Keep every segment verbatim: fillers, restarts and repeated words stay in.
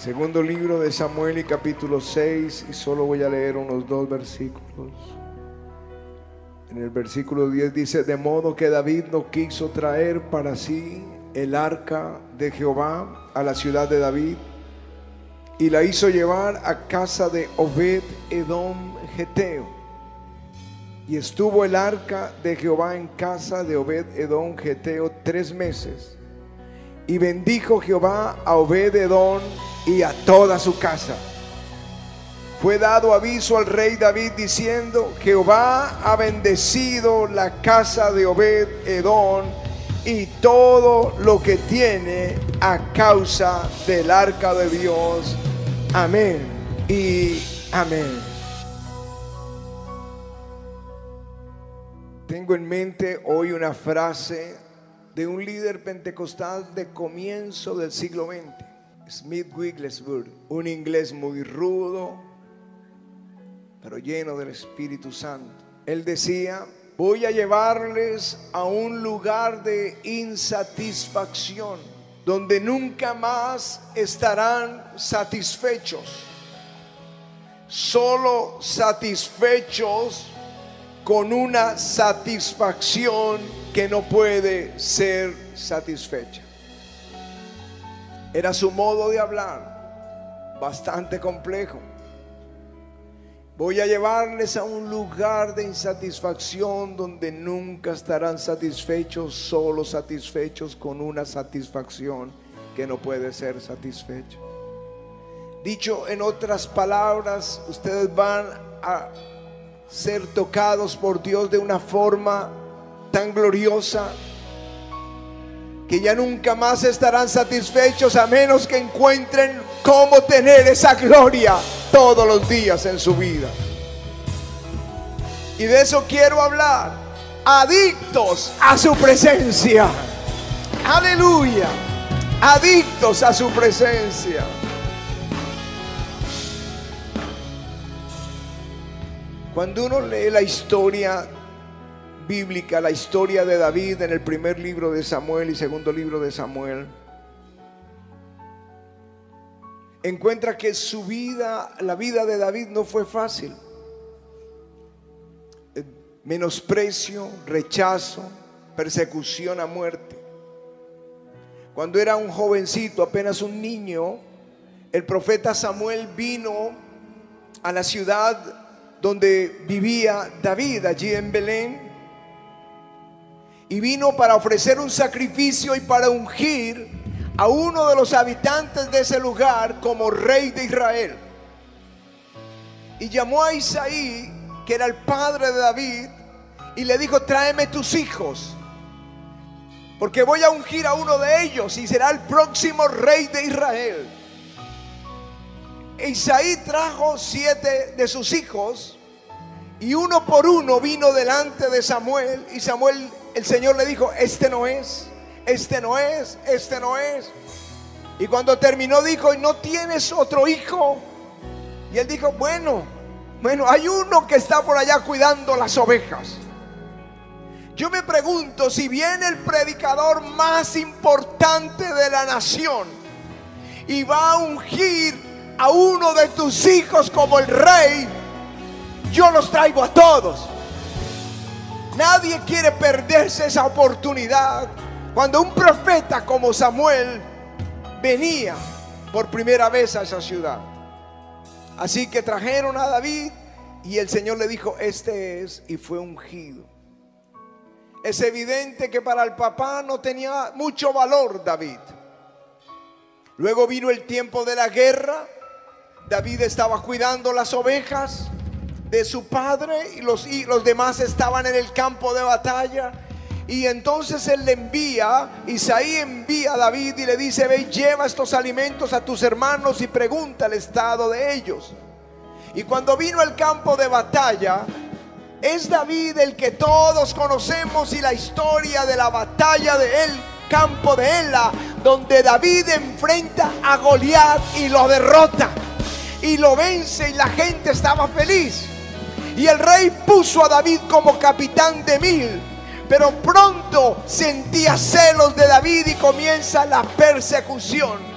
Segundo libro de Samuel y capítulo seis, y solo voy a leer unos dos versículos. En el versículo diez dice: de modo que David no quiso traer para sí el arca de Jehová a la ciudad de David, y la hizo llevar a casa de Obed Edom Geteo. Y estuvo el arca de Jehová en casa de Obed Edom Geteo tres meses. Y bendijo Jehová a Obed Edom y a toda su casa. Fue dado aviso al rey David diciendo: Jehová ha bendecido la casa de Obed Edom y todo lo que tiene a causa del arca de Dios. Amén y amén. Tengo en mente hoy una frase de un líder pentecostal de comienzo del siglo veinte, Smith Wigglesworth, un inglés muy rudo, pero lleno del Espíritu Santo. Él decía: voy a llevarles a un lugar de insatisfacción, donde nunca más estarán satisfechos, solo satisfechos con una satisfacción que no puede ser satisfecha. Era su modo de hablar, bastante complejo. Voy a llevarles a un lugar de insatisfacción donde nunca estarán satisfechos, solo satisfechos con una satisfacción que no puede ser satisfecha. Dicho en otras palabras, ustedes van a ser tocados por Dios de una forma tan gloriosa que ya nunca más estarán satisfechos a menos que encuentren cómo tener esa gloria todos los días en su vida. Y de eso quiero hablar. Adictos a su presencia. Aleluya. Adictos a su presencia. Cuando uno lee la historia bíblica, la historia de David en el primer libro de Samuel y segundo libro de Samuel, encuentra que su vida, la vida de David no fue fácil. Menosprecio, rechazo, persecución a muerte. Cuando era un jovencito, apenas un niño, el profeta Samuel vino a la ciudad donde vivía David, allí en Belén, y vino para ofrecer un sacrificio y para ungir a uno de los habitantes de ese lugar como rey de Israel. Y llamó a Isaí, que era el padre de David, y le dijo: tráeme tus hijos, porque voy a ungir a uno de ellos y será el próximo rey de Israel. E Isaí trajo siete de sus hijos, y uno por uno vino delante de Samuel. Y Samuel, el Señor le dijo: este no es, este no es, este no es. Y cuando terminó dijo: ¿y no tienes otro hijo? Y él dijo: bueno, bueno, hay uno que está por allá cuidando las ovejas. Yo me pregunto, si viene el predicador más importante de la nación y va a ungir a uno de tus hijos como el rey, yo los traigo a todos. Nadie quiere perderse esa oportunidad cuando un profeta como Samuel venía por primera vez a esa ciudad. Así que trajeron a David y el Señor le dijo: este es, y fue ungido. Es evidente que para el papá no tenía mucho valor David. Luego vino el tiempo de la guerra. David estaba cuidando las ovejas de su padre y los, y los demás estaban en el campo de batalla. Y entonces él le envía, Isaí envía a David y le dice: ve y lleva estos alimentos a tus hermanos y pregunta el estado de ellos. Y cuando vino el campo de batalla, es David el que todos conocemos, y la historia de la batalla de el campo de Ela, donde David enfrenta a Goliat y lo derrota y lo vence, y la gente estaba feliz. Y el rey puso a David como capitán de mil. Pero pronto sentía celos de David y comienza la persecución.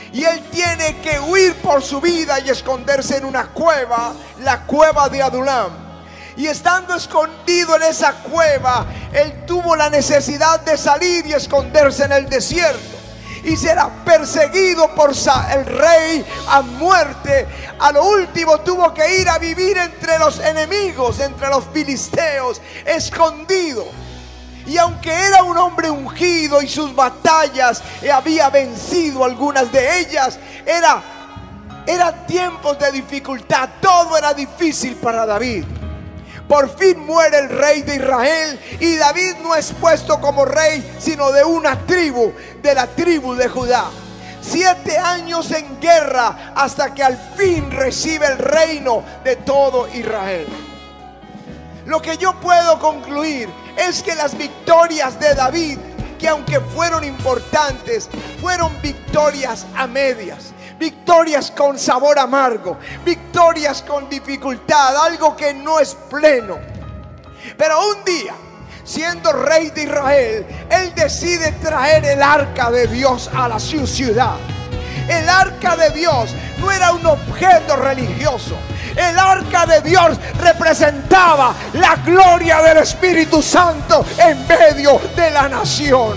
y él tiene que huir por su vida y esconderse en una cueva, la cueva de Adulam. Y estando escondido en esa cueva, él tuvo la necesidad de salir y esconderse en el desierto. Y será perseguido por el rey a muerte. A lo último tuvo que ir a vivir entre los enemigos, entre los filisteos, escondido. Y aunque era un hombre ungido y sus batallas había vencido algunas de ellas, era, eran tiempos de dificultad. Todo era difícil para David. Por fin muere el rey de Israel y David no es puesto como rey, sino de una tribu, de la tribu de Judá. Siete años en guerra hasta que al fin recibe el reino de todo Israel. Lo que yo puedo concluir es que las victorias de David, que aunque fueron importantes, fueron victorias a medias. Victorias con sabor amargo, victorias con dificultad, algo que no es pleno. Pero un día, siendo rey de Israel, él decide traer el arca de Dios a la su ciudad. El arca de Dios no era un objeto religioso. El arca de Dios representaba la gloria del Espíritu Santo en medio de la nación.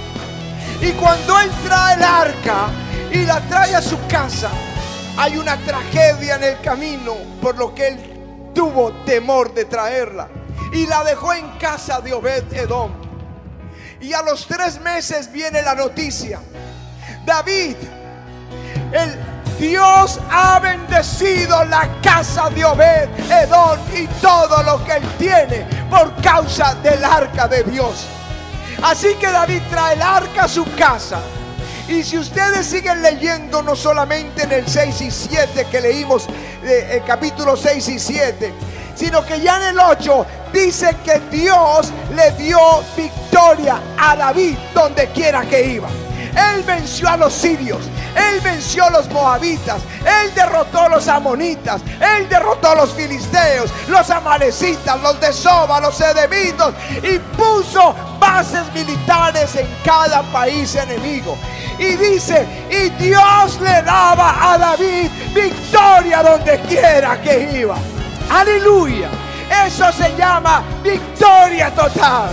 Y cuando él trae el arca y la trae a su casa, hay una tragedia en el camino, por lo que él tuvo temor de traerla y la dejó en casa de Obed-Edom. Y a los tres meses viene la noticia: David, el Dios ha bendecido la casa de Obed-Edom y todo lo que él tiene por causa del arca de Dios. Así que David trae el arca a su casa. Y si ustedes siguen leyendo, no solamente en el seis y siete que leímos, eh, el capítulo seis y siete, sino que ya en el ocho dice que Dios le dio victoria a David donde quiera que iba. Él venció a los sirios, él venció a los moabitas, él derrotó a los amonitas, él derrotó a los filisteos, los amalecitas, los de Soba, los edemitas, y puso bases militares en cada país enemigo. Y dice, y Dios le daba a David victoria donde quiera que iba. Aleluya. Eso se llama victoria total.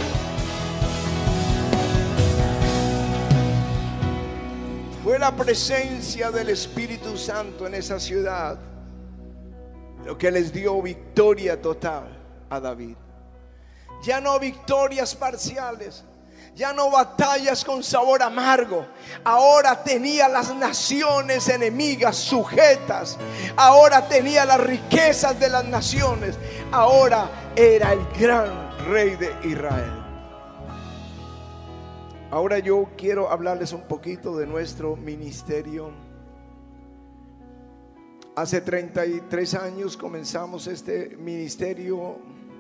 Fue la presencia del Espíritu Santo en esa ciudad lo que les dio victoria total a David. Ya no victorias parciales, ya no batallas con sabor amargo. Ahora tenía las naciones enemigas sujetas. Ahora tenía las riquezas de las naciones. Ahora era el gran rey de Israel. Ahora yo quiero hablarles un poquito de nuestro ministerio. Hace treinta y tres años comenzamos este ministerio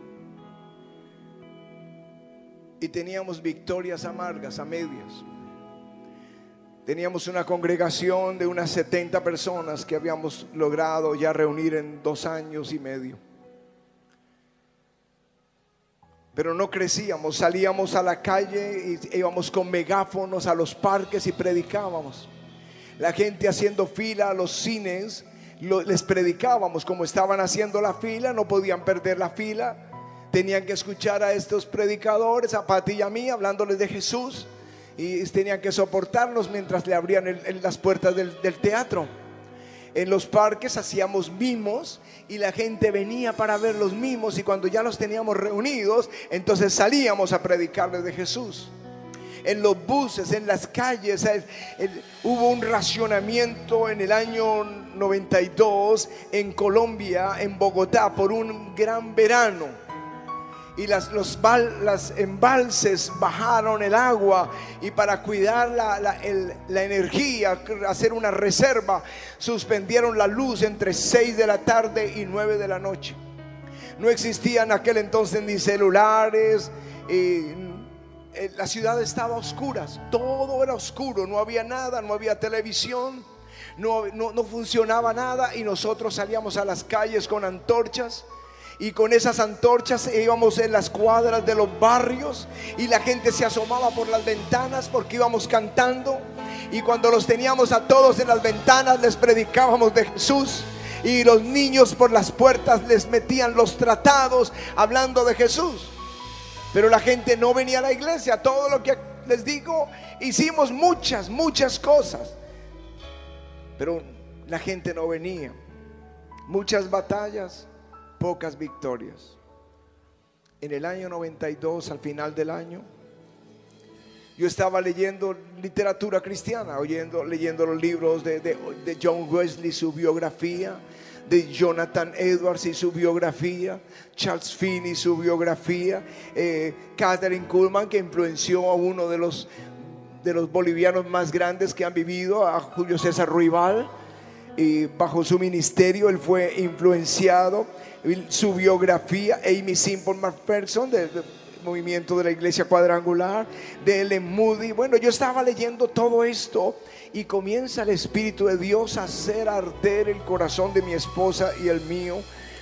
y teníamos victorias amargas a medias. Teníamos una congregación de unas setenta personas que habíamos logrado ya reunir en dos años y medio. Pero no crecíamos, salíamos a la calle y íbamos con megáfonos a los parques y predicábamos. La gente haciendo fila a los cines, lo, les predicábamos. Como estaban haciendo la fila, no podían perder la fila. Tenían que escuchar a estos predicadores, a Pati y a mí, hablándoles de Jesús. Y tenían que soportarnos mientras le abrían el, el, las puertas del, del teatro. En los parques hacíamos mimos y la gente venía para ver los mimos. Y cuando ya los teníamos reunidos, entonces salíamos a predicarles de Jesús. En los buses, en las calles, el, el, hubo un racionamiento en el año noventa y dos en Colombia, en Bogotá, por un gran verano. Y las, los bal, las embalses bajaron el agua, y para cuidar la, la, el, la energía, hacer una reserva, suspendieron la luz entre seis de la tarde y nueve de la noche. No existían en aquel entonces ni celulares, y la ciudad estaba a oscuras, todo era oscuro, no había nada, no había televisión, no, no, no funcionaba nada, y nosotros salíamos a las calles con antorchas y con esas antorchas íbamos en las cuadras de los barrios y la gente se asomaba por las ventanas porque íbamos cantando, y cuando los teníamos a todos en las ventanas les predicábamos de Jesús, y los niños por las puertas les metían los tratados hablando de Jesús. Pero la gente no venía a la iglesia. Todo lo que les digo, hicimos muchas, muchas cosas, pero la gente no venía. Muchas batallas, pocas victorias. En el año noventa y dos, al final del año, yo estaba leyendo literatura cristiana, oyendo, leyendo los libros de, de, de John Wesley, su biografía, de Jonathan Edwards y su biografía, Charles Finney, su biografía, eh, Catherine Kuhlman, que influenció a uno de los, de los bolivianos más grandes que han vivido, a Julio César Ruibal, y bajo su ministerio él fue influenciado. Su biografía, Amy Simple McPherson, del de movimiento de la Iglesia Cuadrangular, de Ellen Moody. Bueno, yo estaba leyendo todo esto y comienza el Espíritu de Dios a hacer arder el corazón de mi esposa y el mío.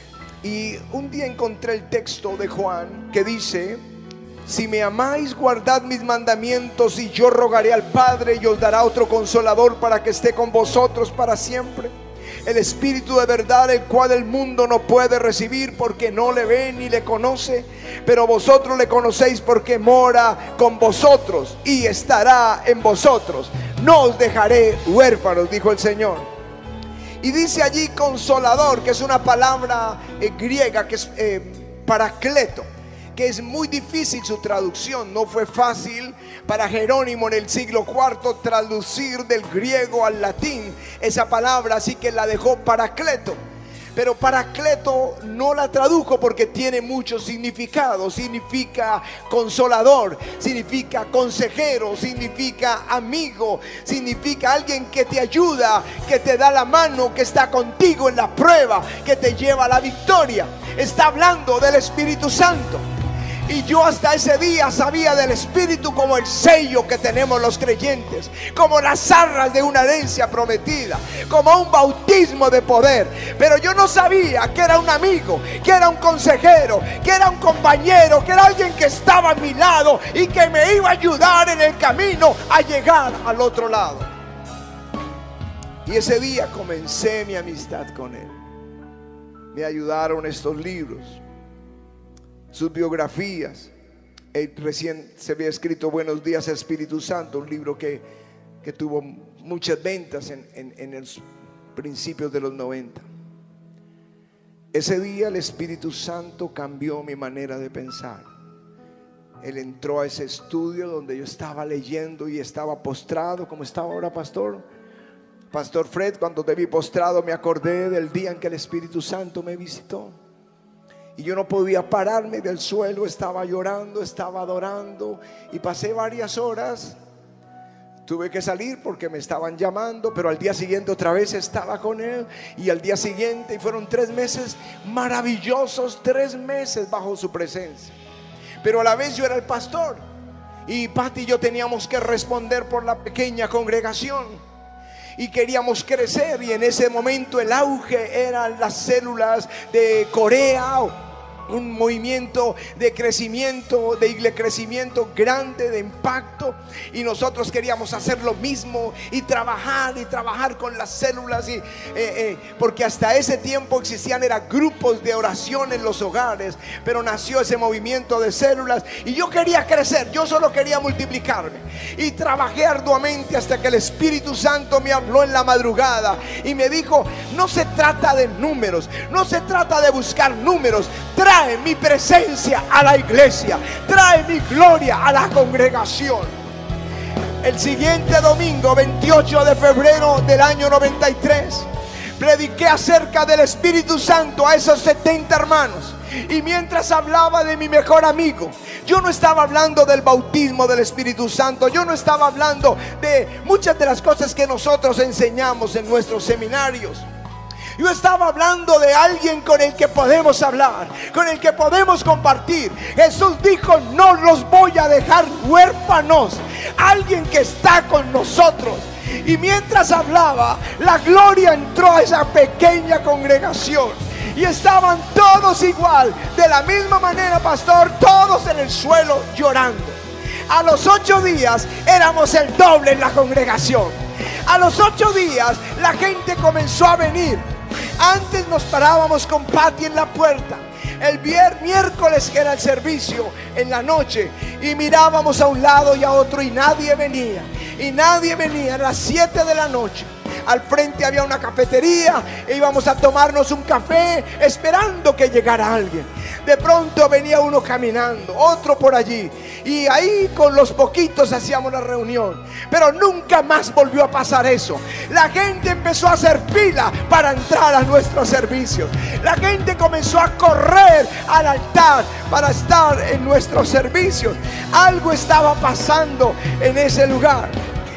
Y un día encontré el texto de Juan que dice: si me amáis, guardad mis mandamientos, y yo rogaré al Padre y os dará otro consolador para que esté con vosotros para siempre, el Espíritu de verdad, el cual el mundo no puede recibir porque no le ve ni le conoce, pero vosotros le conocéis porque mora con vosotros y estará en vosotros. No os dejaré huérfanos, dijo el Señor. Y dice allí consolador, que es una palabra eh, griega, que es eh, paracleto, que es muy difícil su traducción. No fue fácil para Jerónimo en el siglo cuarto traducir del griego al latín esa palabra, así que la dejó paracleto. Pero paracleto no la tradujo porque tiene mucho significado. Significa consolador, significa consejero, significa amigo, significa alguien que te ayuda, que te da la mano, que está contigo en la prueba, que te lleva a la victoria. Está hablando del Espíritu Santo. Y yo hasta ese día sabía del Espíritu como el sello que tenemos los creyentes, como las arras de una herencia prometida, como un bautismo de poder. Pero yo no sabía que era un amigo, que era un consejero, que era un compañero, que era alguien que estaba a mi lado y que me iba a ayudar en el camino a llegar al otro lado. Y ese día comencé mi amistad con él. Me ayudaron estos libros, sus biografías. Él recién se había escrito Buenos Días Espíritu Santo, un libro que, que tuvo muchas ventas en, en, en los principios de los noventa. Ese día el Espíritu Santo cambió mi manera de pensar. Él entró a ese estudio donde yo estaba leyendo y estaba postrado, como estaba ahora pastor Pastor Fred. Cuando te vi postrado me acordé del día en que el Espíritu Santo me visitó. Y yo no podía pararme del suelo, estaba llorando, estaba adorando. Y pasé varias horas. Tuve que salir porque me estaban llamando, pero al día siguiente otra vez estaba con él. Y al día siguiente, y fueron tres meses maravillosos, tres meses bajo su presencia. Pero a la vez yo era el pastor, y Pati y yo teníamos que responder por la pequeña congregación. Y queríamos crecer, y en ese momento el auge eran las células de Corea, un movimiento de crecimiento, de crecimiento grande, de impacto. Y nosotros queríamos hacer lo mismo y trabajar y trabajar con las células y, eh, eh, porque hasta ese tiempo existían eran grupos de oración en los hogares, pero nació ese movimiento de células. Y yo quería crecer, yo solo quería multiplicarme. Y trabajé arduamente hasta que el Espíritu Santo me habló en la madrugada y me dijo: no se trata de números, no se trata de buscar números. Trae mi presencia a la iglesia, trae mi gloria a la congregación. El siguiente domingo, veintiocho de febrero del año noventa y tres, prediqué acerca del Espíritu Santo a esos setenta hermanos. Y mientras hablaba de mi mejor amigo, yo no estaba hablando del bautismo del Espíritu Santo, yo no estaba hablando de muchas de las cosas que nosotros enseñamos en nuestros seminarios. Yo estaba hablando de alguien con el que podemos hablar, con el que podemos compartir. Jesús dijo: no los voy a dejar huérfanos. Alguien que está con nosotros. Y mientras hablaba, la gloria entró a esa pequeña congregación. y estaban todos igual, de la misma manera, pastor, todos en el suelo llorando. A los ocho días éramos el doble en la congregación. A los ocho días la gente comenzó a venir. Antes nos parábamos con Pati en la puerta. El vier, miércoles, que era el servicio en la noche, y mirábamos a un lado y a otro y nadie venía. Y nadie venía. A las siete de la noche, al frente había una cafetería e íbamos a tomarnos un café esperando que llegara alguien. De pronto venía uno caminando, otro por allí, y ahí con los poquitos hacíamos la reunión. Pero nunca más volvió a pasar eso. La gente empezó a hacer fila para entrar a nuestros servicios. La gente comenzó a correr al altar para estar en nuestros servicios. Algo estaba pasando en ese lugar.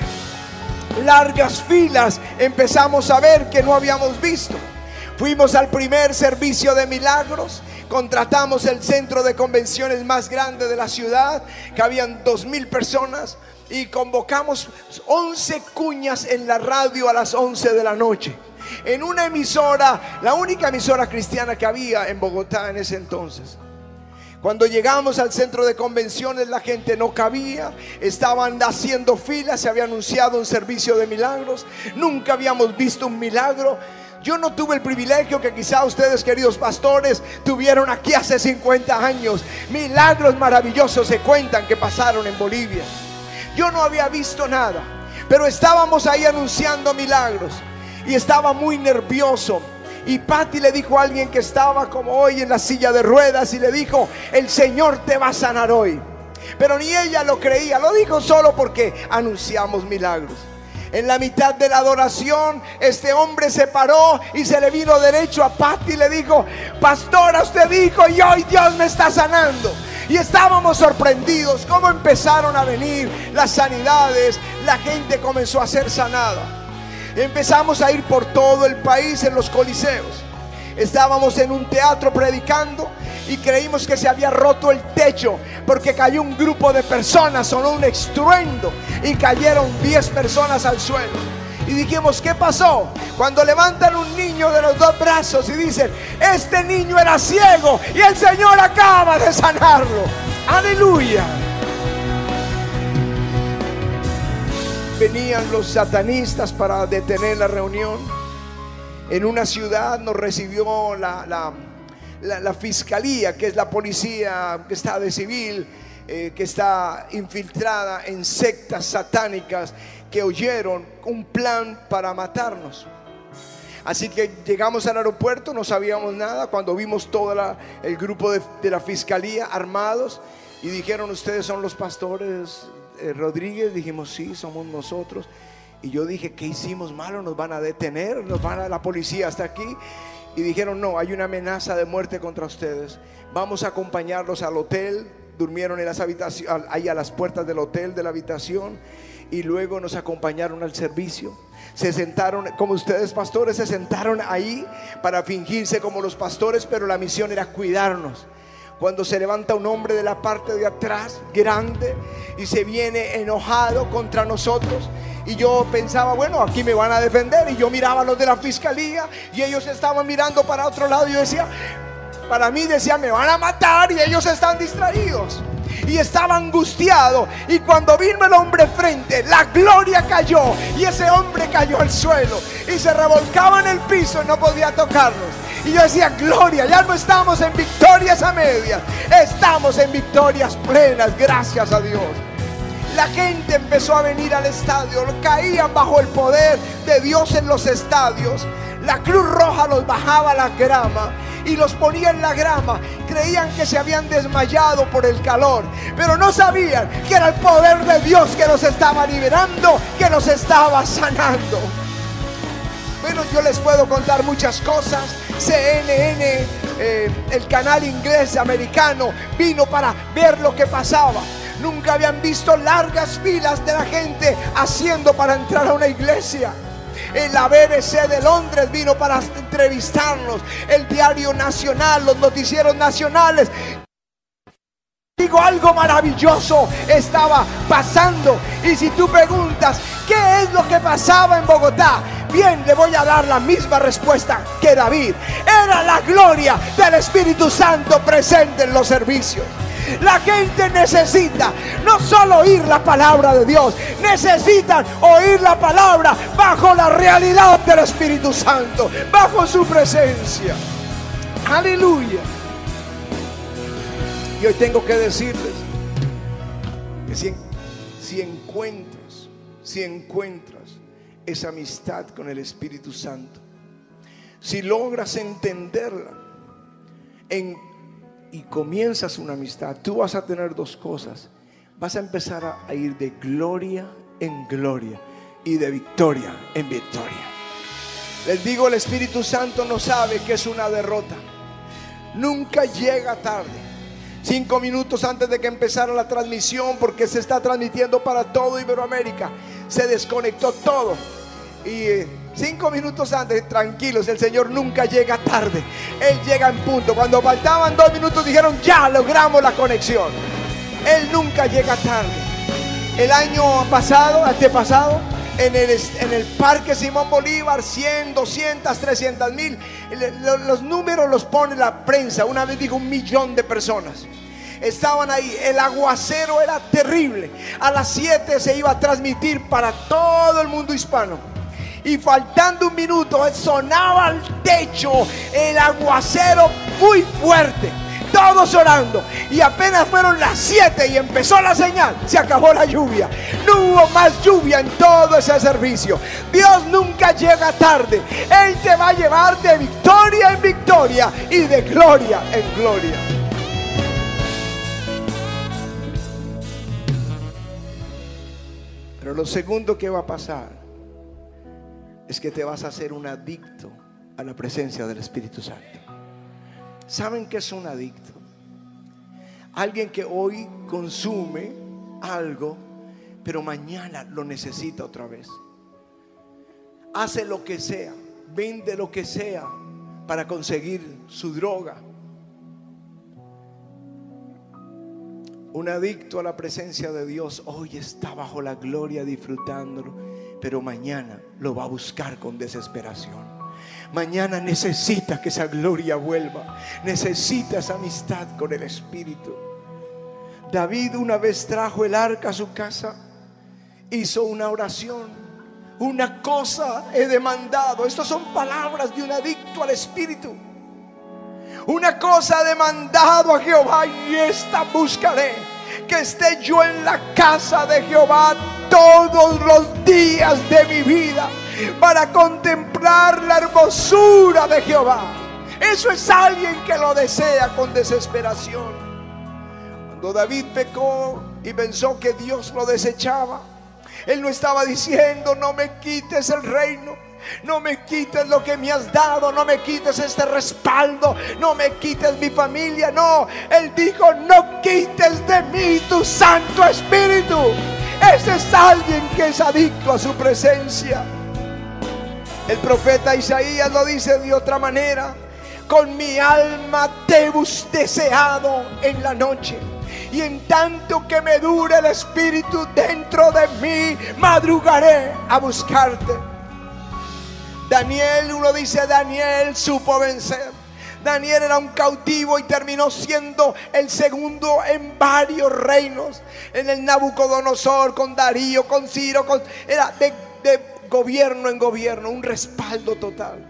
Largas filas empezamos a ver que no habíamos visto. Fuimos al primer servicio de milagros. Contratamos el centro de convenciones más grande de la ciudad, que habían dos mil personas, y convocamos once cuñas en la radio a las once de la noche, en una emisora, la única emisora cristiana que había en Bogotá en ese entonces. Cuando llegamos al centro de convenciones, la gente no cabía, estaban haciendo filas, se había anunciado un servicio de milagros, nunca habíamos visto un milagro. Yo no tuve el privilegio que quizá ustedes, queridos pastores, tuvieron aquí hace cincuenta años. Milagros maravillosos se cuentan que pasaron en Bolivia. Yo no había visto nada, pero estábamos ahí anunciando milagros y estaba muy nervioso. Y Pati le dijo a alguien que estaba como hoy en la silla de ruedas, y le dijo: el Señor te va a sanar hoy. Pero ni ella lo creía, lo dijo solo porque anunciamos milagros. En la mitad de la adoración, este hombre se paró y se le vino derecho a Pati y le dijo: pastora, usted dijo y hoy Dios me está sanando. Y estábamos sorprendidos cómo empezaron a venir las sanidades. La gente comenzó a ser sanada. Empezamos a ir por todo el país en los coliseos. Estábamos en un teatro predicando y creímos que se había roto el techo, porque cayó un grupo de personas, sonó un estruendo y cayeron diez personas al suelo. Y dijimos: ¿qué pasó? Cuando levantan un niño de los dos brazos y dicen: este niño era ciego y el Señor acaba de sanarlo. ¡Aleluya! Venían los satanistas para detener la reunión. En una ciudad nos recibió la, la, la, la fiscalía, que es la policía que está de civil, eh, que está infiltrada en sectas satánicas que oyeron un plan para matarnos. Así que llegamos al aeropuerto, no sabíamos nada. Cuando vimos todo la, el grupo de, de la fiscalía armados, y dijeron: ustedes son los pastores eh, Rodríguez. Dijimos: sí, somos nosotros. Y yo dije: ¿qué hicimos malo? ¿Nos van a detener? ¿Nos van a la policía hasta aquí? Y dijeron: no, hay una amenaza de muerte contra ustedes. Vamos a acompañarlos al hotel. Durmieron en las habitaciones, ahí a las puertas del hotel, de la habitación. Y luego nos acompañaron al servicio. Se sentaron, como ustedes pastores, se sentaron ahí para fingirse como los pastores, pero la misión era cuidarnos. Cuando se levanta un hombre de la parte de atrás, grande, y se viene enojado contra nosotros, y yo pensaba: bueno, aquí me van a defender. Y yo miraba a los de la fiscalía y ellos estaban mirando para otro lado. Y yo decía, para mí decía: me van a matar, y ellos están distraídos. Y estaba angustiado. Y cuando vino el hombre frente, la gloria cayó, y ese hombre cayó al suelo y se revolcaba en el piso y no podía tocarnos. Y yo decía: gloria, ya no estamos en victorias a medias, estamos en victorias plenas, gracias a Dios. La gente empezó a venir al estadio, caían bajo el poder de Dios en los estadios. La Cruz Roja los bajaba a la grama y los ponía en la grama. Creían que se habían desmayado por el calor, pero no sabían que era el poder de Dios que los estaba liberando, que los estaba sanando. Bueno, yo les puedo contar muchas cosas. C N N, eh, el canal inglés americano, vino para ver lo que pasaba. Nunca habían visto largas filas de la gente haciendo para entrar a una iglesia. En la B B C de Londres vino para entrevistarnos. El diario nacional, los noticieros nacionales. Digo, algo maravilloso estaba pasando. Y si tú preguntas qué es lo que pasaba en Bogotá, también le voy a dar la misma respuesta que David. Era la gloria del Espíritu Santo presente en los servicios. La gente necesita no solo oír la palabra de Dios, necesitan oír la palabra bajo la realidad del Espíritu Santo, bajo su presencia. Aleluya. Y hoy tengo que decirles que si, si encuentras, si encuentras esa amistad con el Espíritu Santo, si logras entenderla en, y comienzas una amistad, tú vas a tener dos cosas. Vas a empezar a, a ir de gloria en gloria y de victoria en victoria. Les digo, el Espíritu Santo no sabe que es una derrota. Nunca llega tarde. Cinco minutos antes de que empezara la transmisión, porque se está transmitiendo para todo Iberoamérica, se desconectó todo. Y eh, cinco minutos antes, tranquilos, el Señor nunca llega tarde. Él llega en punto. Cuando faltaban dos minutos dijeron, ya logramos la conexión. Él nunca llega tarde. El año pasado, antepasado, en el, en el Parque Simón Bolívar, cien, doscientos, trescientos mil. Los números los pone la prensa. Una vez dijo un millón de personas estaban ahí. El aguacero era terrible. A las siete se iba a transmitir para todo el mundo hispano, y faltando un minuto sonaba al techo el aguacero muy fuerte, todos orando, y apenas fueron las siete y empezó la señal, se acabó la lluvia. No hubo más lluvia en todo ese servicio. Dios nunca llega tarde. Él te va a llevar de victoria en victoria y de gloria en gloria. Pero lo segundo que va a pasar es que te vas a hacer un adicto a la presencia del Espíritu Santo. ¿Saben qué es un adicto? Alguien que hoy consume algo, pero mañana lo necesita otra vez. Hace lo que sea, vende lo que sea para conseguir su droga. Un adicto a la presencia de Dios hoy está bajo la gloria disfrutándolo, pero mañana lo va a buscar con desesperación. Mañana necesita que esa gloria vuelva, necesita esa amistad con el Espíritu. David una vez trajo el arca a su casa, hizo una oración: una cosa he demandado. Estas son palabras de un adicto al Espíritu. Una cosa he demandado a Jehová, y esta buscaré, que esté yo en la casa de Jehová todos los días de mi vida, para contemplar la hermosura de Jehová. Eso es alguien que lo desea con desesperación. Cuando David pecó y pensó que Dios lo desechaba, él no estaba diciendo: no me quites el reino, no me quites lo que me has dado, no me quites este respaldo, no me quites mi familia. No, él dijo: no quites de mí tu Santo Espíritu. Ese es alguien que es adicto a su presencia. El profeta Isaías lo dice de otra manera: con mi alma te he deseado en la noche, y en tanto que me dure el Espíritu dentro de mí, madrugaré a buscarte. Daniel, uno dice, Daniel supo vencer. Daniel era un cautivo y terminó siendo el segundo en varios reinos. En el Nabucodonosor, con Darío, con Ciro, con, era de, de gobierno en gobierno, un respaldo total.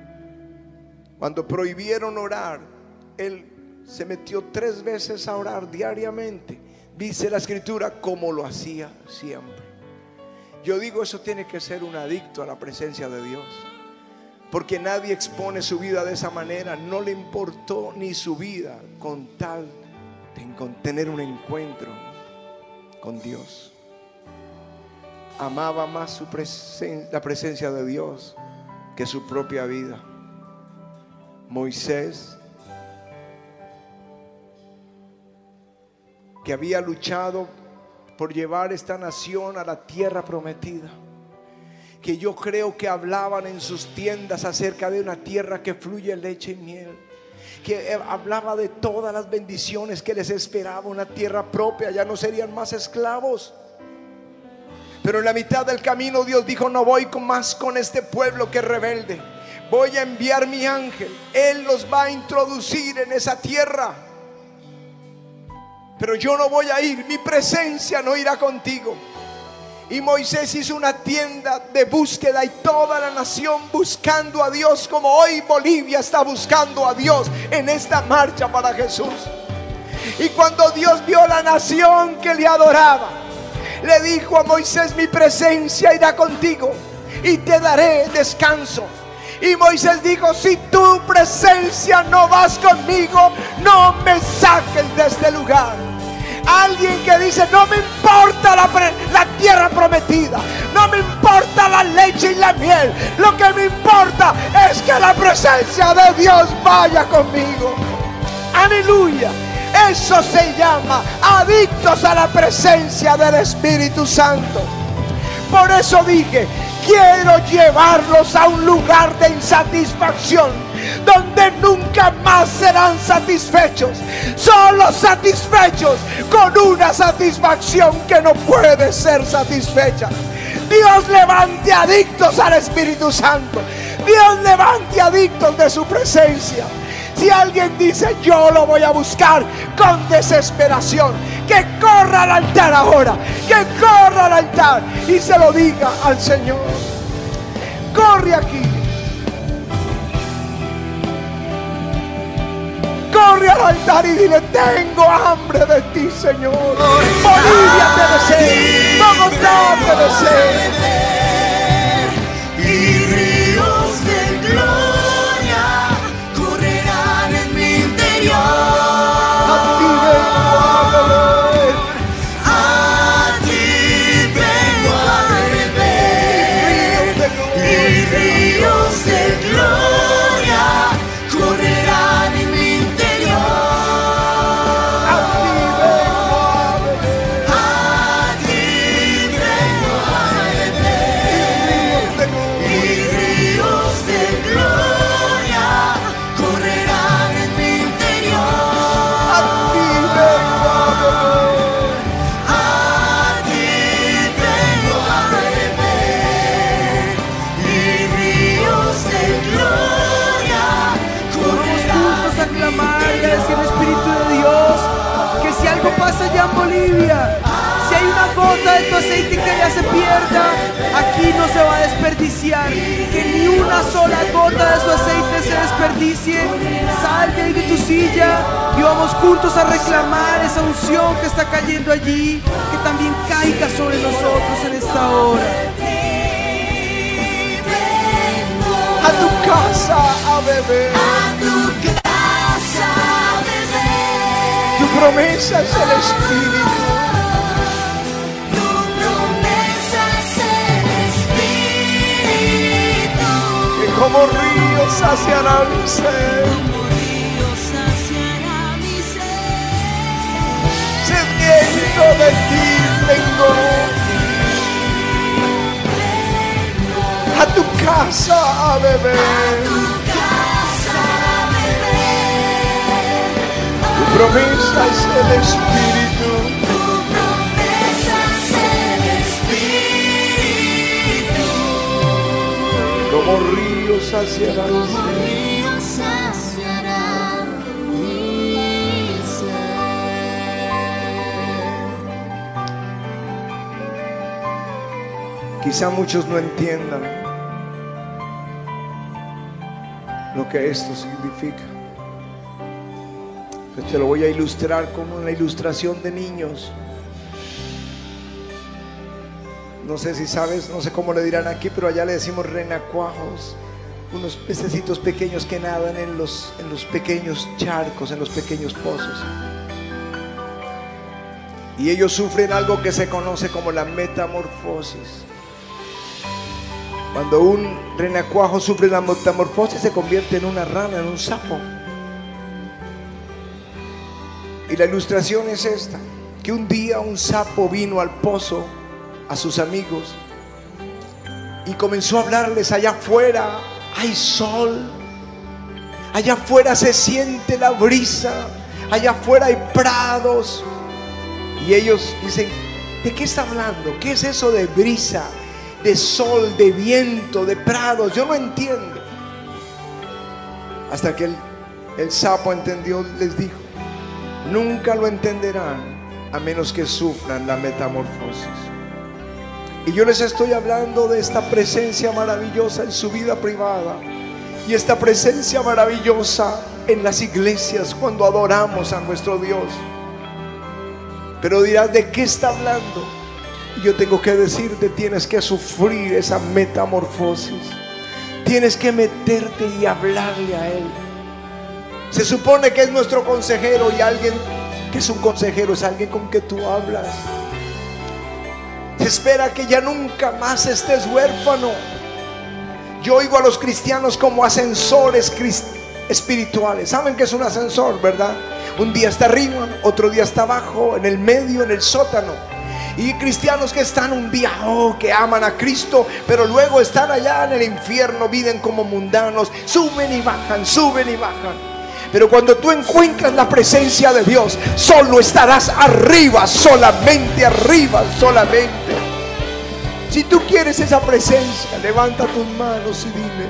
Cuando prohibieron orar, él se metió tres veces a orar diariamente. Dice la Escritura, como lo hacía siempre. Yo digo, eso tiene que ser un adicto a la presencia de Dios, porque nadie expone su vida de esa manera. No le importó ni su vida con tal de tener un encuentro con Dios. Amaba más su presen- la presencia de Dios que su propia vida. Moisés, que había luchado por llevar esta nación a la tierra prometida, que yo creo que hablaban en sus tiendas acerca de una tierra que fluye leche y miel, que hablaba de todas las bendiciones que les esperaba, una tierra propia, ya no serían más esclavos. Pero en la mitad del camino Dios dijo: no voy con más con este pueblo que es rebelde. Voy a enviar mi ángel. Él los va a introducir en esa tierra. Pero yo no voy a ir. Mi presencia no irá contigo. Y Moisés hizo una tienda de búsqueda, y toda la nación buscando a Dios, como hoy Bolivia está buscando a Dios en esta marcha para Jesús. Y cuando Dios vio la nación que le adoraba, le dijo a Moisés: mi presencia irá contigo y te daré descanso. Y Moisés dijo: si tu presencia no vas conmigo, no me saques de este lugar. Alguien que dice: no me importa la, la tierra prometida, no me importa la leche y la miel, lo que me importa es que la presencia de Dios vaya conmigo. Aleluya. Eso se llama adictos a la presencia del Espíritu Santo. Por eso dije: quiero llevarlos a un lugar de insatisfacción, donde nunca más serán satisfechos, solo satisfechos con una satisfacción que no puede ser satisfecha. Dios levante adictos al Espíritu Santo. Dios levante adictos de su presencia. Si alguien dice: yo lo voy a buscar con desesperación, que corra al altar ahora, que corra al altar y se lo diga al Señor. Corre aquí, corre al altar y dile: tengo hambre de ti, Señor. Bolivia te desea, Bogotá te desea. Y ríos de gloria correrán en mi interior. A ti vengo a beber, A ti vengo a beber. Y ríos de gloria correrán en mi interior. a ti vengo a beber. A ti vengo a beber. Y ríos de gloria correrán en mi interior. A ti vengo a beber. A ti vengo a beber. Y ríos de gloria correrán. Juntos a clamar y a decir: Espíritu de Dios, que si algo pasa allá en Bolivia, si hay una gota de tu aceite que ya se pierda, aquí no se va a desperdiciar. Que ni una sola gota de su aceite se desperdicie. Sal de ahí de tu silla y vamos juntos a reclamar esa unción que está cayendo allí, que también caiga sobre nosotros en esta hora. A tu casa a beber. A tu casa beber. Tu promesa es el Espíritu. Tu promesa es el Espíritu. Que como ríos saciará mi sed. Como ríos saciará mi sed. Sediento de ti vengo. A tu casa a beber. Tu casa beber. Tu promesa es el Espíritu. Tu promesa es el Espíritu. Como ríos saciará mi sed. Ríos saciará mi sed. Quizá muchos no entiendan lo que esto significa. Pues te lo voy a ilustrar con una ilustración de niños. No sé si sabes, no sé cómo le dirán aquí, pero allá le decimos renacuajos. Unos pececitos pequeños que nadan en los, en los pequeños charcos, en los pequeños pozos. Y ellos sufren algo que se conoce como la metamorfosis. Cuando un renacuajo sufre la metamorfosis, se convierte en una rana, en un sapo. Y la ilustración es esta: que un día un sapo vino al pozo a sus amigos y comenzó a hablarles. Allá afuera hay sol, allá afuera se siente la brisa, allá afuera hay prados. Y ellos dicen: ¿De qué está hablando? ¿Qué es eso de brisa, de sol, de viento, de prados? Yo no entiendo. Hasta que el, el sapo entendió, les dijo: nunca lo entenderán a menos que sufran la metamorfosis. Y yo les estoy hablando de esta presencia maravillosa en su vida privada y esta presencia maravillosa en las iglesias cuando adoramos a nuestro Dios. Pero dirás: ¿de qué está hablando? Y yo tengo que decirte: tienes que sufrir esa metamorfosis. Tienes que meterte y hablarle a Él. Se supone que es nuestro consejero, y alguien que es un consejero es alguien con que tú hablas. Se espera que ya nunca más estés huérfano. Yo oigo a los cristianos como ascensores espirituales. ¿Saben qué es un ascensor, verdad? Un día está arriba, otro día está abajo, en el medio, en el sótano. Y cristianos que están un día, oh, que aman a Cristo, pero luego están allá en el infierno, viven como mundanos, suben y bajan, suben y bajan. Pero cuando tú encuentras la presencia de Dios, solo estarás arriba, solamente arriba, solamente. Si tú quieres esa presencia, levanta tus manos y dile: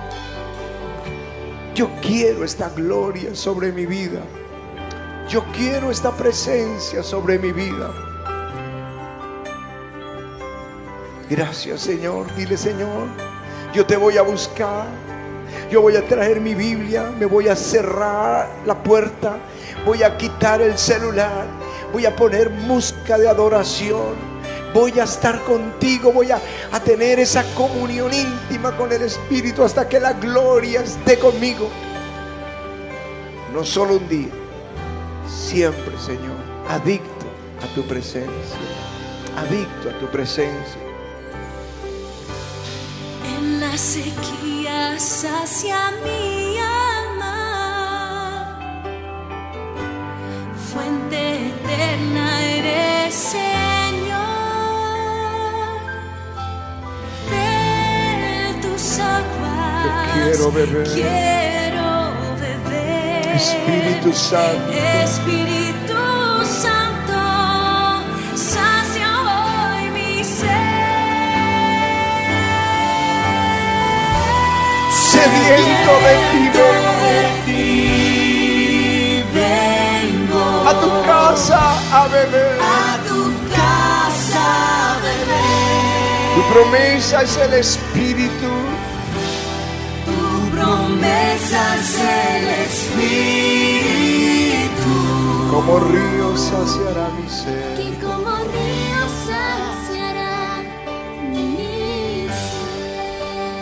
yo quiero esta gloria sobre mi vida. Yo quiero esta presencia sobre mi vida. Gracias, Señor. Dile: Señor, yo te voy a buscar. Yo voy a traer mi Biblia, me voy a cerrar la puerta, voy a quitar el celular, voy a poner música de adoración, voy a estar contigo, voy a, a tener esa comunión íntima con el Espíritu hasta que la gloria esté conmigo. No solo un día, siempre, Señor, adicto a tu presencia, adicto a tu presencia. En la sequía sacia mi alma, fuente eterna eres, Señor. De tus aguas Yo quiero beber. quiero beber. Espíritu Santo, Espíritu Santo, sacia hoy mi sed. sediento de ti vengo, a tu casa a beber. a tu casa a beber. Tu promesa es el Espíritu. Tu promesa es el Espíritu, Como río saciará mi sed. que como río saciará mi sed.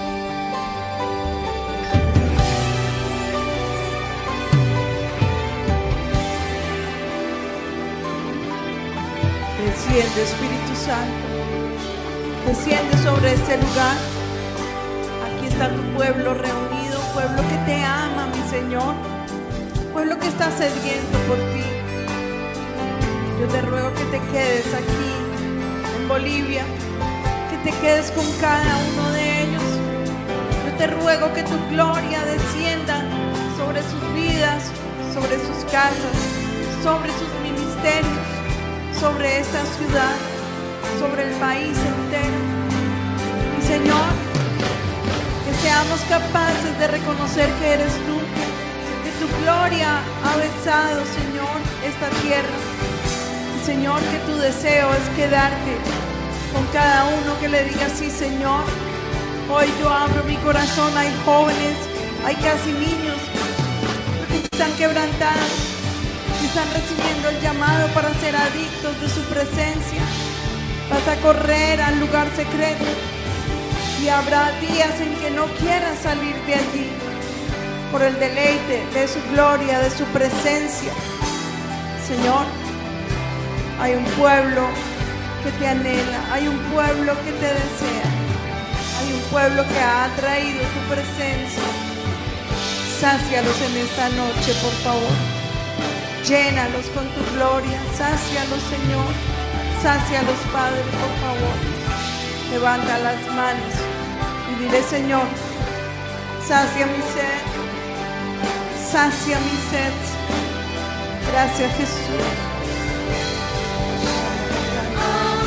Desciende, Espíritu Santo. Desciende sobre este lugar. Aquí está tu pueblo reunido, pueblo que te ama, mi Señor, pueblo que está sediento por ti. Yo te ruego que te quedes aquí en Bolivia, que te quedes con cada uno de ellos. Yo te ruego que tu gloria descienda sobre sus vidas, sobre sus casas, sobre sus ministerios, sobre esta ciudad, sobre el país entero. Mi Señor, que seamos capaces de reconocer que eres tú, que tu gloria ha besado, Señor, esta tierra. Y, Señor, que tu deseo es quedarte con cada uno que le diga: sí, Señor, hoy yo abro mi corazón. Hay jóvenes, hay casi niños que están quebrantados, que están recibiendo el llamado para ser adictos de su presencia. Vas a correr al lugar secreto y habrá días en que no quieras salir de allí por el deleite de su gloria, de su presencia. Señor, hay un pueblo que te anhela, hay un pueblo que te desea, hay un pueblo que ha traído tu presencia. Sácialos en esta noche, por favor. Llénalos con tu gloria. Sácialos, Señor. Sácialos, Padre, por favor. Levanta las manos y dile: Señor, sacia mi sed. Sacia mi sed. Gracias, Jesús.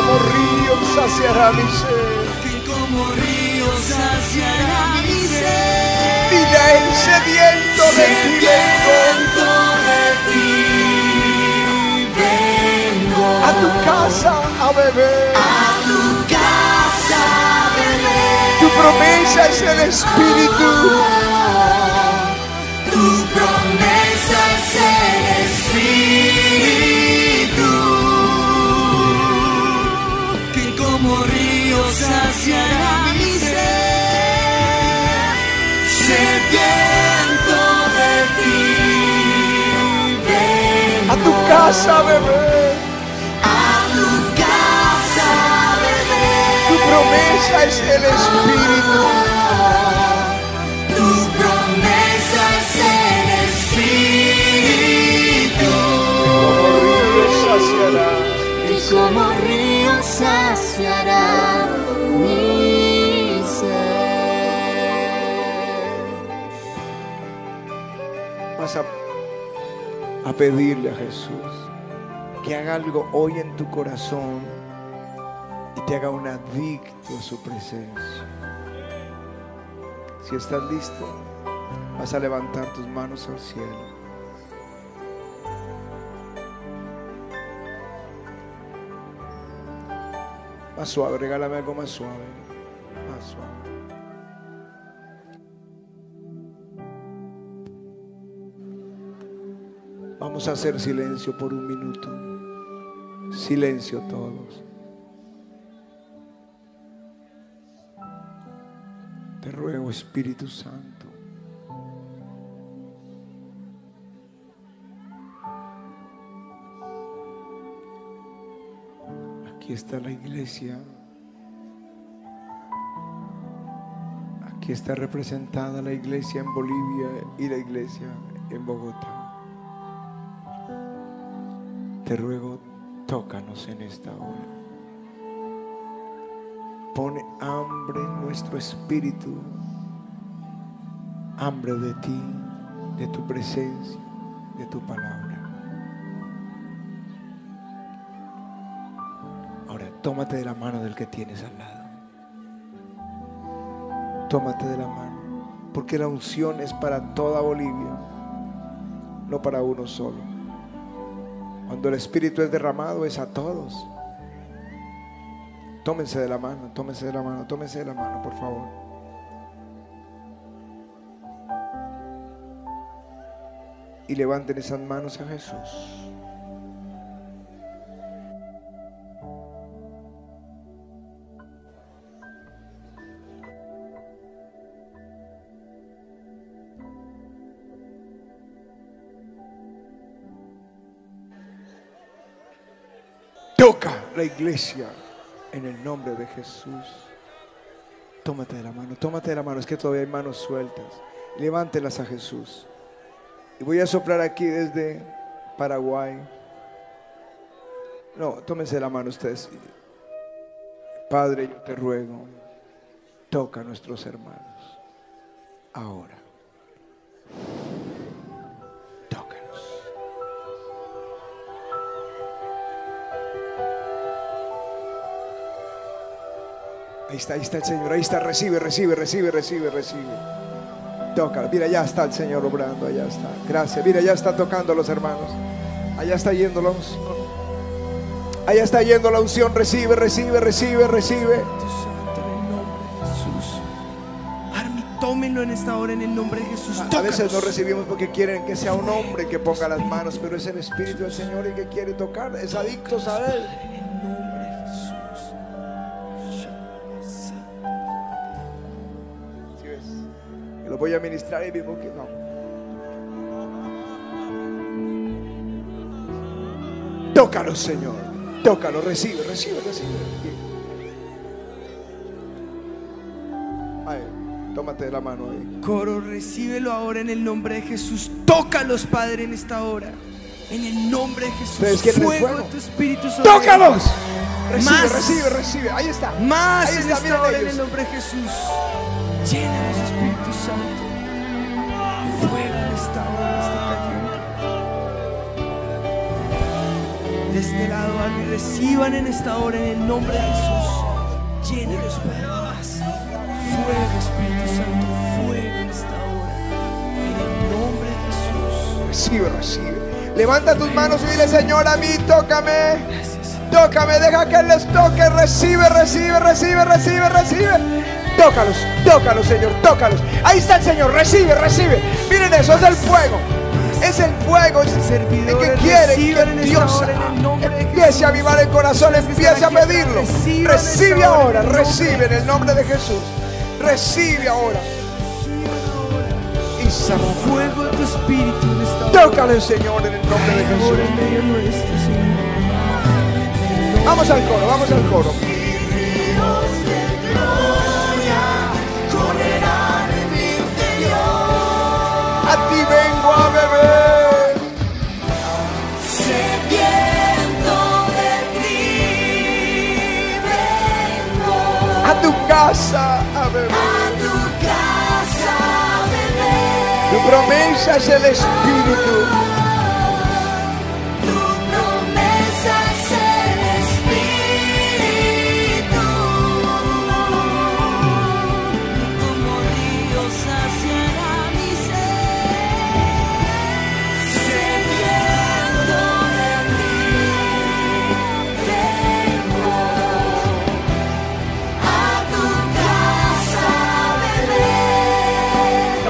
como río saciará mi sed. Que como río saciará mi sed. Dile a él, sediento de ti Sediento de ti vengo. a tu casa a beber. A tu casa a beber. Tu promesa es el Espíritu. Tu promesa es el Espíritu, que como río saciará mi sed. Sediento de ti vengo. A tu casa a beber. A tu casa a beber. Tu promesa es el Espíritu. Tu promesa es el Espíritu, Como río saciará. Y como río saciará mi sed. Vas a, a pedirle a Jesús que haga algo hoy en tu corazón y te haga un adicto a su presencia. Si estás listo, vas a levantar tus manos al cielo. Más suave, regálame algo más suave. Más suave. Vamos a hacer silencio por un minuto. Silencio todos. Te ruego, Espíritu Santo, aquí está la iglesia, aquí está representada la iglesia en Bolivia y la iglesia en Bogotá. Te ruego, tócanos en esta hora. Pone hambre en nuestro espíritu, hambre de ti, de tu presencia, de tu palabra. Ahora, tómate de la mano del que tienes al lado. Tómate de la mano, porque la unción es para toda Bolivia, no para uno solo. Cuando el Espíritu es derramado es a todos. Tómense de la mano, tómense de la mano, tómense de la mano, por favor. Y levanten esas manos a Jesús. Toca la iglesia en el nombre de Jesús. Tómate de la mano, tómate de la mano. Es que todavía hay manos sueltas. Levántelas a Jesús. Y voy a soplar aquí desde Paraguay. No, tómense de la mano ustedes. Padre, yo te ruego, toca a nuestros hermanos ahora. Ahí está, ahí está el Señor, ahí está, recibe, recibe, recibe, recibe, recibe. Toca, mira, ya está el Señor obrando, allá está. Gracias, mira, ya está tocando a los hermanos. Allá está yendo la unción. Allá está yendo la unción, recibe, recibe, recibe, recibe. Tómenlo en esta hora en el nombre de Jesús. A, a veces no recibimos porque quieren que sea un hombre que ponga las manos, pero es el Espíritu del Señor el que quiere tocar, es adictos a Él. En el nombre de Jesús. ¿Sí ves? Lo voy a ministrar y mismo que no. Tócalo, Señor. Tócalo, recibe, recibe, recibe. Ay, tómate de la mano ahí. Coro, recíbelo ahora en el nombre de Jesús. Tócalos, Padre, en esta hora. En el nombre de ¿Ustedes Jesús. quieren el Fuego fuego? de tu Espíritu sobre ¡Tócalos! ellos. Recibe, Más. recibe, recibe. Ahí está. Más Ahí en está, esta miren hora en ellos. el nombre de Jesús. Llénanos, Espíritu Santo. Fuego en esta hora está cayendo. de este lado, Padre, reciban en esta hora en el nombre de Jesús. Llénenos, Padre, más. Fuego, Espíritu Santo, fuego en esta hora. En el nombre de Jesús. Recibe, recibe. Levanta tus manos y dile: Señor, a mí tócame. Tócame, deja que Él les toque. Recibe, recibe, recibe, recibe, recibe. Tócalos, tócalos, Señor, tócalos. Ahí está el Señor, recibe, recibe. Miren eso, es el fuego. Es el fuego, es el que quiere que Dios empiece a avivar el corazón, empiece a pedirlo. Recibe ahora, recibe en el nombre de Jesús. Recibe ahora. Y sana. Fuego de tu espíritu en esta hora. Tócale, Señor, en el nombre de Jesús. En medio nuestro, Señor. Vamos al coro, vamos al coro. A ti vengo a beber. Sediento de ti vengo. A tu casa a beber. A tu casa a beber. Tu promesa es el Espíritu. Tu promesa es el Espíritu. Como río saciará mi sed. Sediento de ti vengo. A tu casa a beber.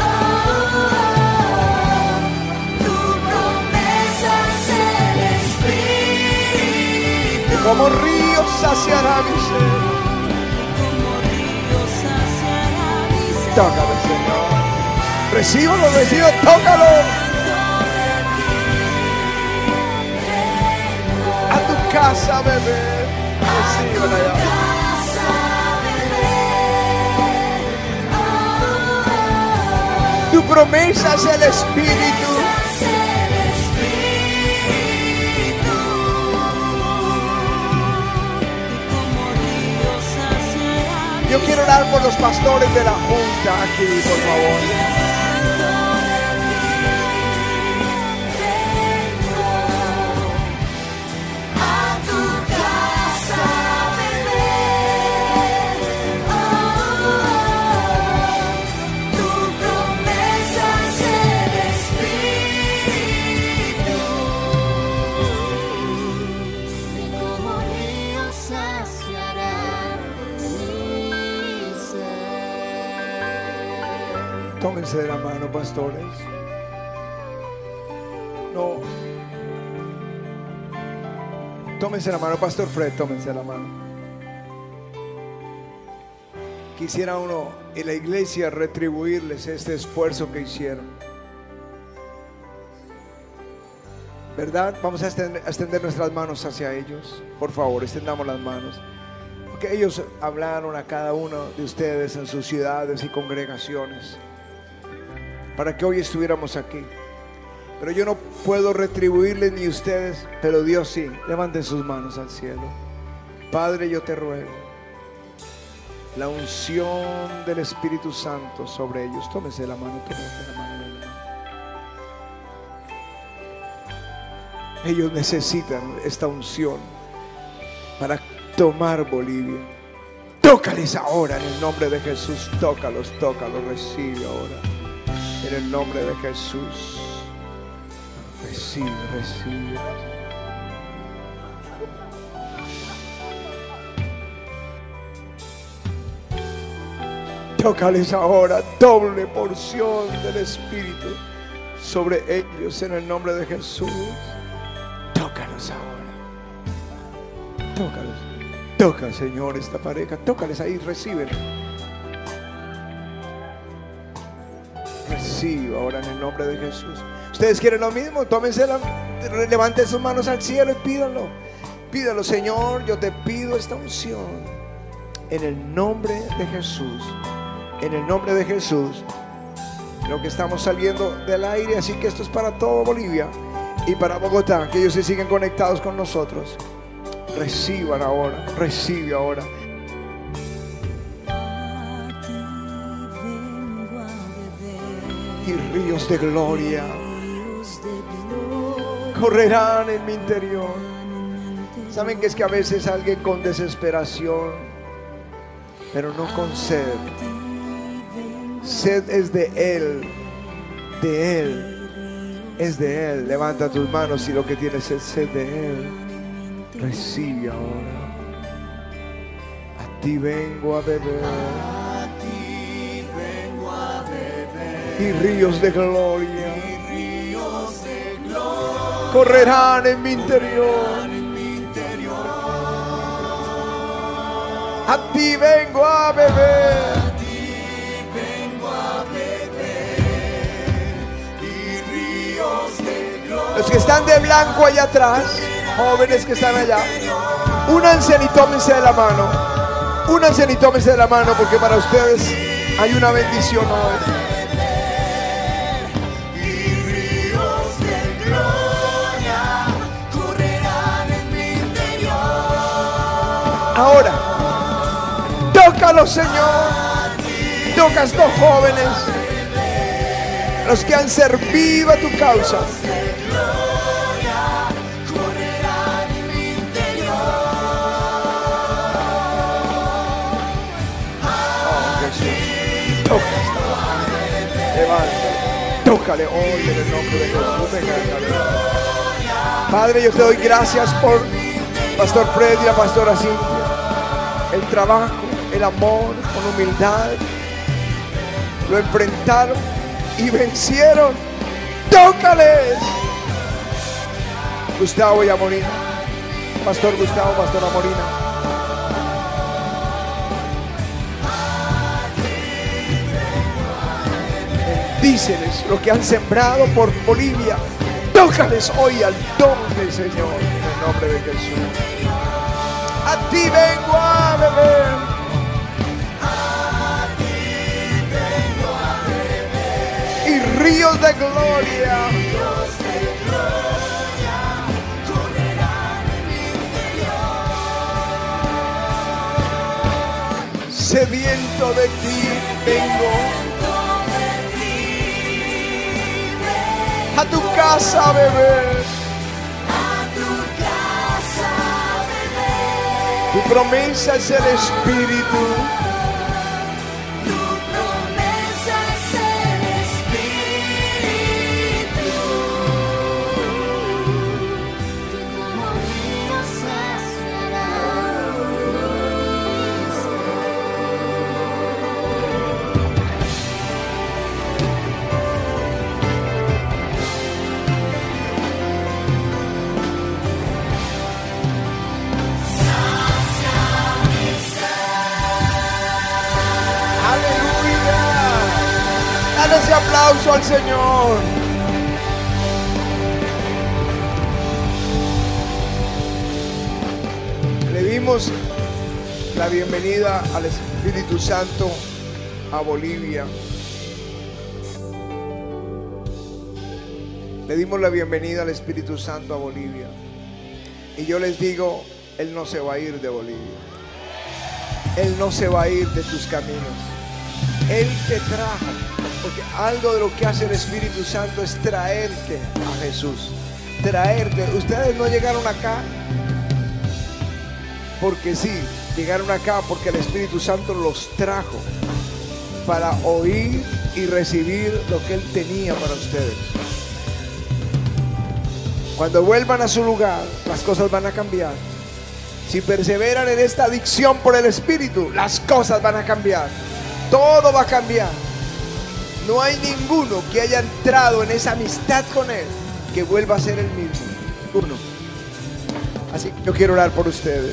Oh, tu promesa es el Espíritu. Como río saciará mi sed. Como río saciará mi sed. Tócalo, Señor. Recíbalo, recíbalo, tócalo. A tu casa a beber. Recíbalo ya. Tu promesa es el Espíritu. Yo quiero orar por los pastores de la junta aquí, por favor. Tómense de la mano, pastores. No. Tómense la mano, Pastor Fred, tómense la mano. Quisiera uno y la iglesia retribuirles este esfuerzo que hicieron. ¿Verdad? Vamos a extender, a extender nuestras manos hacia ellos. Por favor, extendamos las manos. Porque ellos hablaron a cada uno de ustedes en sus ciudades y congregaciones para que hoy estuviéramos aquí. Pero yo no puedo retribuirles ni ustedes, pero Dios sí. Levanten sus manos al cielo. Padre, yo te ruego la unción del Espíritu Santo sobre ellos. Tómese la mano, tómese la mano. Ellos necesitan esta unción para tomar Bolivia. Tócales ahora en el nombre de Jesús. Tócalos, tócalos, recibe ahora. En el nombre de Jesús. Recibe, recibe. Tócales ahora doble porción del Espíritu sobre ellos en el nombre de Jesús. Tócalos ahora. Tócalos. Toca, Señor, esta pareja. Tócales ahí, reciben. Recibe ahora en el nombre de Jesús. Ustedes quieren lo mismo, tómense la, levanten sus manos al cielo y pídanlo. Pídalo, Señor, yo te pido esta unción en el nombre de Jesús. En el nombre de Jesús. Lo que estamos saliendo del aire, así que esto es para todo Bolivia y para Bogotá, que ellos se siguen conectados con nosotros. Reciban ahora, recibe ahora. Y ríos de gloria correrán en mi interior. ¿Saben que es que a veces alguien con desesperación, pero no con sed? Sed es de Él, de Él, es de Él. Levanta tus manos si lo que tienes es sed de Él. Recibe ahora. A ti vengo a beber, y ríos de gloria correrán en mi interior. A ti vengo a beber. Los que están de blanco allá atrás, jóvenes que están allá, únanse y tómense de la mano. Únanse y tómense de la mano, porque para ustedes hay una bendición hoy. Ahora, tócalo, Señor. Toca a estos jóvenes, los que han servido a tu causa. Oh, Jesús, toca esta mano. Levanta, tócale hoy en el nombre de Jesús. Venga, venga. Padre, yo te doy gracias por Pastor Fred y la pastora Cintia. El trabajo, el amor, con humildad, lo enfrentaron y vencieron. ¡Tócales! Gustavo y Amorina, Pastor Gustavo, Pastora Amorina. Bendíceles lo que han sembrado por Bolivia. Tócales hoy al don del Señor, en el nombre de Jesús. A ti vengo a beber. A ti vengo a beber. Y ríos de gloria. Ríos de gloria correrán en mi interior. Sediento de ti vengo. A tu casa a beber. Tu promesa es el Espíritu. Tu promesa es el Espíritu. Que como río saciará mi Dale ese aplauso al Señor. Le dimos la bienvenida al Espíritu Santo a Bolivia. Le dimos la bienvenida al Espíritu Santo a Bolivia. Y yo les digo, Él no se va a ir de Bolivia. Él no se va a ir de tus caminos. Él te trajo. Porque algo de lo que hace el Espíritu Santo es traerte a Jesús. Traerte. Ustedes no llegaron acá porque sí, llegaron acá porque el Espíritu Santo los trajo para oír y recibir lo que Él tenía para ustedes. Cuando vuelvan a su lugar, las cosas van a cambiar. Si perseveran en esta adicción por el Espíritu, las cosas van a cambiar. Todo va a cambiar. No hay ninguno que haya entrado en esa amistad con Él que vuelva a ser el mismo. Uno. Así que yo quiero orar por ustedes.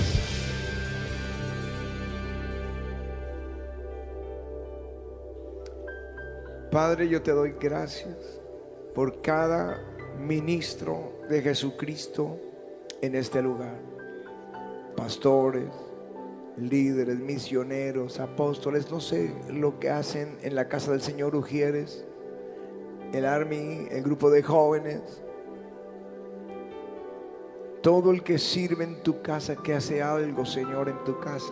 Padre, yo te doy gracias por cada ministro de Jesucristo en este lugar. Pastores, líderes, misioneros, apóstoles, no sé lo que hacen en la casa del Señor Ujieres, el Army, el grupo de jóvenes, todo el que sirve en tu casa, que hace algo, Señor, en tu casa,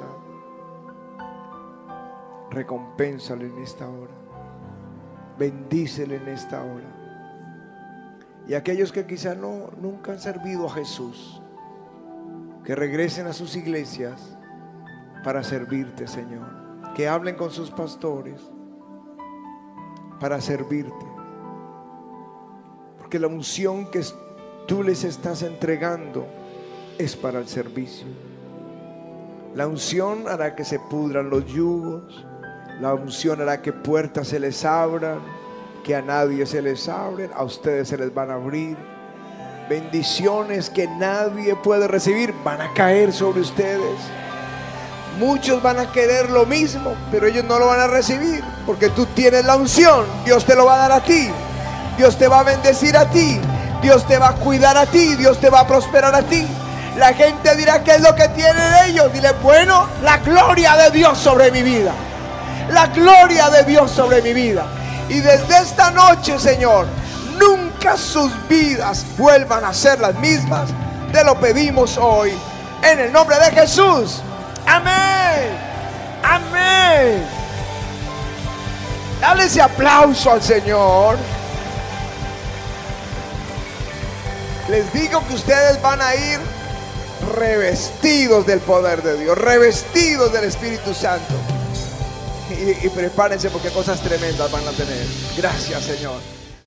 recompénsale en esta hora, bendícele en esta hora. Y aquellos que quizá no, nunca han servido a Jesús, que regresen a sus iglesias para servirte, Señor. Que hablen con sus pastores para servirte. Porque la unción que tú les estás entregando es para el servicio. La unción hará que se pudran los yugos. La unción hará que puertas se les abran, que a nadie se les abren, a ustedes se les van a abrir. Bendiciones que nadie puede recibir van a caer sobre ustedes. Muchos van a querer lo mismo, pero ellos no lo van a recibir, porque tú tienes la unción. Dios te lo va a dar a ti. Dios te va a bendecir a ti. Dios te va a cuidar a ti. Dios te va a prosperar a ti. La gente dirá: ¿qué es lo que tienen ellos? Dile: bueno, la gloria de Dios sobre mi vida. La gloria de Dios sobre mi vida. Y desde esta noche, Señor, nunca sus vidas vuelvan a ser las mismas. Te lo pedimos hoy en el nombre de Jesús. Amén. Amén. Dale ese aplauso al Señor. Les digo que ustedes van a ir revestidos del poder de Dios, revestidos del Espíritu Santo. Y, y prepárense, porque cosas tremendas van a tener. Gracias, Señor.